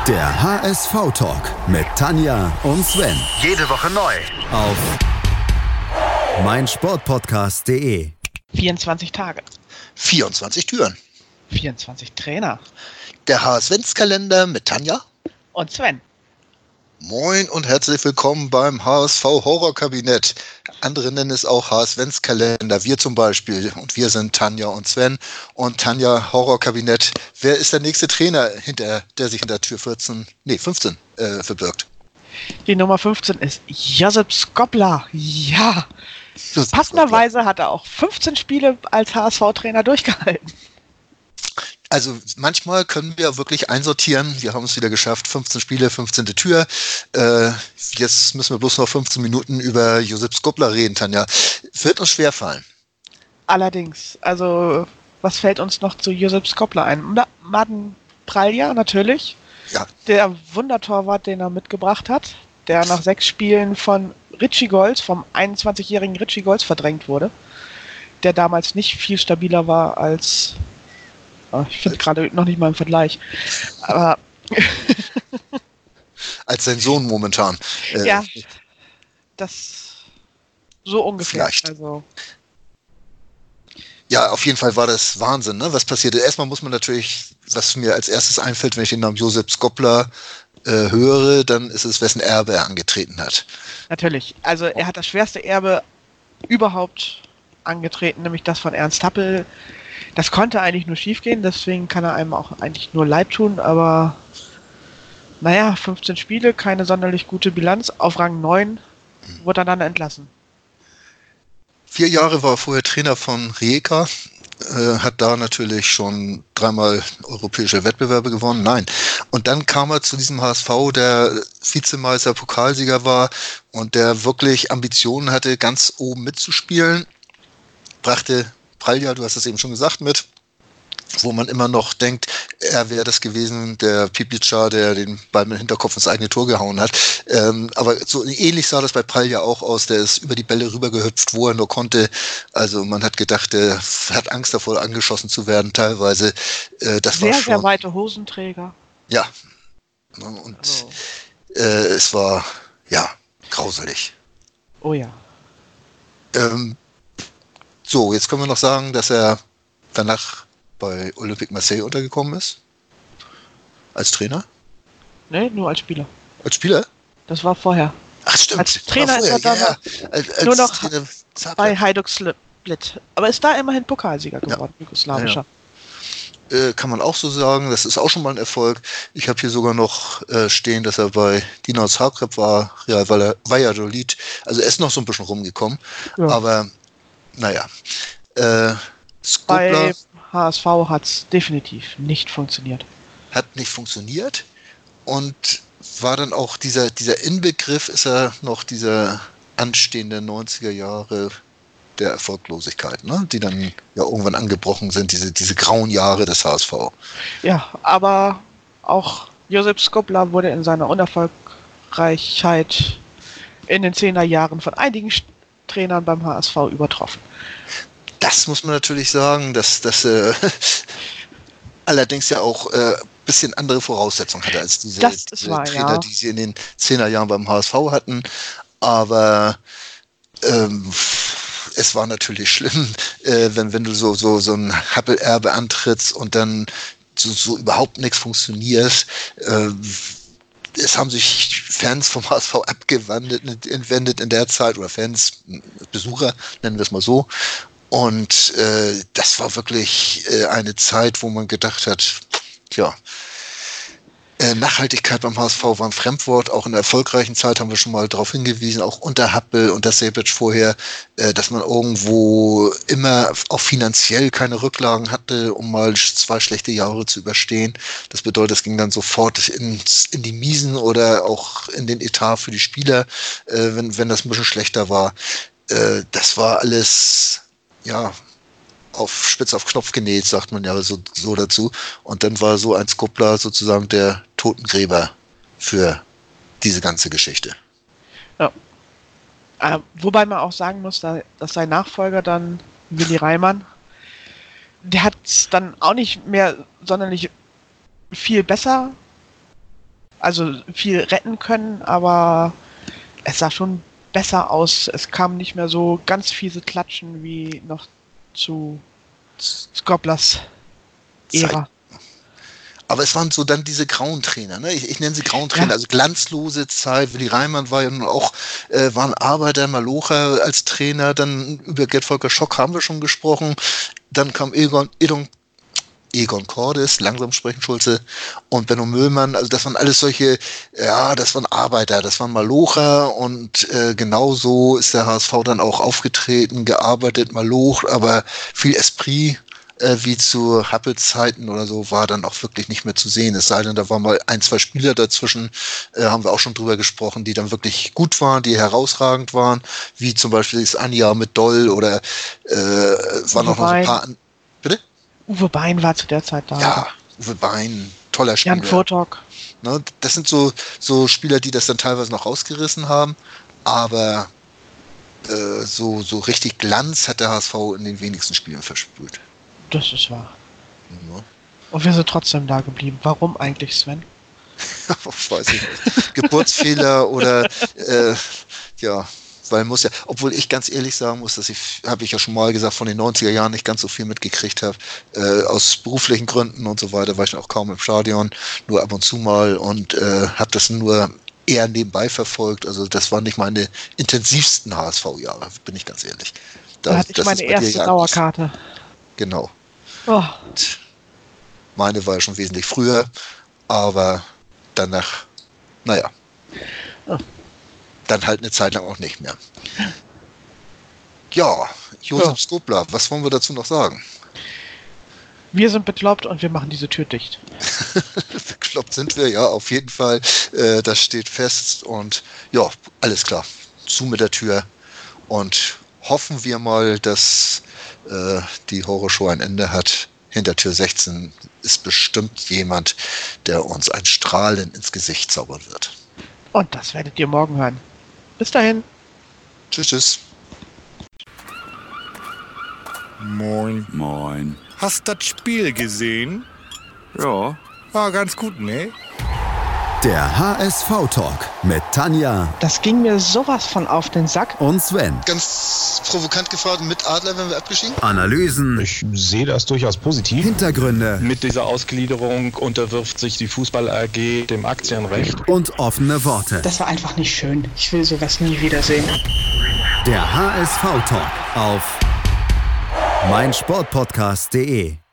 Der HSV-Talk mit Tanja und Sven. Jede Woche neu. Auf meinsportpodcast.de. 24 Tage. 24 Türen. 24 Trainer. Der HSV-Kalender mit Tanja Und Sven. Moin und herzlich willkommen beim HSV Horrorkabinett. Andere nennen es auch HSV-Kalender, wir zum Beispiel. Und wir sind Tanja und Sven. Und Tanja, Horrorkabinett. Wer ist der nächste Trainer, der sich hinter Tür 15 verbirgt? Die Nummer 15 ist Josip Skoblar. Ja. Josip Passenderweise hat er auch 15 Spiele als HSV-Trainer durchgehalten. Also manchmal können wir wirklich einsortieren. Wir haben es wieder geschafft. 15 Spiele, 15. Tür. Jetzt müssen wir bloß noch 15 Minuten über Josip Skoblar reden, Tanja. Wird uns schwerfallen. Allerdings, also was fällt uns noch zu Josip Skoblar ein? Mladen Pralja natürlich. Ja. Der Wundertorwart, den er mitgebracht hat, der nach 6 Spielen von Richie Golz, vom 21-jährigen Richie Golz verdrängt wurde, der damals nicht viel stabiler war als... Ich finde gerade noch nicht mal im Vergleich. Aber als sein Sohn momentan. Ja, das so ungefähr. Vielleicht. Also. Ja, auf jeden Fall war das Wahnsinn, ne? Was passierte? Erstmal muss man natürlich, was mir als erstes einfällt, wenn ich den Namen Josip Skoblar höre, dann ist es, wessen Erbe er angetreten hat. Natürlich. Also er hat das schwerste Erbe überhaupt angetreten, nämlich das von Ernst Happel. Das konnte eigentlich nur schief gehen, deswegen kann er einem auch eigentlich nur leid tun, aber naja, 15 Spiele, keine sonderlich gute Bilanz. Auf Rang 9 wurde er dann entlassen. 4 Jahre war er vorher Trainer von Rijeka, hat da natürlich schon 3-mal europäische Wettbewerbe gewonnen. Nein. Und dann kam er zu diesem HSV, der Vizemeister, Pokalsieger war und der wirklich Ambitionen hatte, ganz oben mitzuspielen. Brachte Pralja, du hast es eben schon gesagt, mit, wo man immer noch denkt, er wäre das gewesen, der Pipica, der den Ball mit dem Hinterkopf ins eigene Tor gehauen hat. Aber so ähnlich sah das bei Pralja auch aus. Der ist über die Bälle rübergehüpft, wo er nur konnte. Also man hat gedacht, er hat Angst davor, angeschossen zu werden teilweise. Das war schon sehr weite Hosenträger. Ja. Und es war, ja, grauselig. Oh ja. So, jetzt können wir noch sagen, dass er danach bei Olympique Marseille untergekommen ist. Als Trainer? Nee, nur als Spieler. Als Spieler? Das war vorher. Ach, stimmt. Als Trainer ist er dann nur noch bei Hajduk Split. Aber ist da immerhin Pokalsieger geworden, jugoslawischer. Ja. Kann man auch so sagen. Das ist auch schon mal ein Erfolg. Ich habe hier sogar noch stehen, dass er bei Dinamo Zagreb war, Real Valladolid. Also er ist noch so ein bisschen rumgekommen. Ja. Aber naja. Skoblar bei HSV hat es definitiv nicht funktioniert. Hat nicht funktioniert und war dann auch dieser Inbegriff, ist er noch dieser anstehende 90er Jahre der Erfolglosigkeit, ne? Die dann ja irgendwann angebrochen sind, diese grauen Jahre des HSV. Ja, aber auch Josip Skoblar wurde in seiner Unerfolgreichheit in den 10er Jahren von einigen Trainern beim HSV übertroffen. Das muss man natürlich sagen, dass allerdings ja auch bisschen andere Voraussetzungen hatte als diese Trainer, die sie in den 10er Jahren beim HSV hatten. Aber es war natürlich schlimm, wenn du so ein Happel-Erbe antrittst und dann so überhaupt nichts funktioniert. Es haben sich Fans vom HSV entwendet in der Zeit, oder Fans, Besucher, nennen wir es mal so. Und das war wirklich eine Zeit, wo man gedacht hat, tja, Nachhaltigkeit beim HSV war ein Fremdwort. Auch in der erfolgreichen Zeit haben wir schon mal darauf hingewiesen, auch unter Happel und das Sebic vorher, dass man irgendwo immer auch finanziell keine Rücklagen hatte, um mal 2 schlechte Jahre zu überstehen. Das bedeutet, es ging dann sofort in die Miesen oder auch in den Etat für die Spieler, wenn das ein bisschen schlechter war. Das war alles, ja, spitz auf Knopf genäht, sagt man ja so dazu. Und dann war so ein Skoblar sozusagen der Totengräber für diese ganze Geschichte. Ja. Wobei man auch sagen muss, dass sein Nachfolger dann, Willi Reimann, der hat es dann auch nicht mehr sonderlich viel besser also viel retten können, aber es sah schon besser aus. Es kam nicht mehr so ganz fiese Klatschen wie noch zu Skoblers Ära. Aber es waren so dann diese grauen Trainer, ne? Ich nenne sie grauen Trainer, also glanzlose Zeit. Willi Reimann war ja nun auch, waren Arbeiter, Malocher als Trainer, dann über Gerd-Volker Schock haben wir schon gesprochen, dann kam Egon Cordes, langsam sprechen Schulze, und Benno Müllmann, also das waren alles solche, das waren Arbeiter, das waren Malocher und genauso ist der HSV dann auch aufgetreten, gearbeitet, Maloch, aber viel Esprit, wie zu Happels-Zeiten oder so, war dann auch wirklich nicht mehr zu sehen. Es sei denn, da waren mal 1, 2 Spieler dazwischen, haben wir auch schon drüber gesprochen, die dann wirklich gut waren, die herausragend waren, wie zum Beispiel das Anja mit Doll oder waren auch noch ein paar... Bitte? Uwe Bein war zu der Zeit da. Ja, Uwe Bein, toller Spieler. Jan Furtok. Ne, das sind so Spieler, die das dann teilweise noch rausgerissen haben, aber so richtig Glanz hat der HSV in den wenigsten Spielen verspürt. Das ist wahr. Ja. Und wir sind trotzdem da geblieben. Warum eigentlich, Sven? Weiß ich nicht. Geburtsfehler oder weil muss ja, obwohl ich ganz ehrlich sagen muss, dass habe ich ja schon mal gesagt, von den 90er Jahren nicht ganz so viel mitgekriegt habe, aus beruflichen Gründen und so weiter, war ich auch kaum im Stadion, nur ab und zu mal und habe das nur eher nebenbei verfolgt, also das waren nicht meine intensivsten HSV-Jahre, bin ich ganz ehrlich. Da hatte ich meine erste Dauerkarte. Genau. Oh. Meine war ja schon wesentlich früher, aber danach, dann halt eine Zeit lang auch nicht mehr. Ja, Josef Skobler, was wollen wir dazu noch sagen? Wir sind bekloppt und wir machen diese Tür dicht. Bekloppt sind wir, ja, auf jeden Fall. Das steht fest und ja, alles klar. Zu mit der Tür und hoffen wir mal, dass die Horrorshow ein Ende hat. Hinter Tür 16 ist bestimmt jemand, der uns ein Strahlen ins Gesicht zaubern wird. Und das werdet ihr morgen hören. Bis dahin. Tschüss, tschüss. Moin. Moin. Hast das Spiel gesehen? Ja. War ganz gut, ne? Der HSV-Talk mit Tanja. Das ging mir sowas von auf den Sack. Und Sven. Ganz provokant gefragt, mit Adler werden wir abgeschieden? Analysen. Ich sehe das durchaus positiv. Hintergründe. Mit dieser Ausgliederung unterwirft sich die Fußball AG dem Aktienrecht. Und offene Worte. Das war einfach nicht schön. Ich will sowas nie wiedersehen. Der HSV-Talk auf meinsportpodcast.de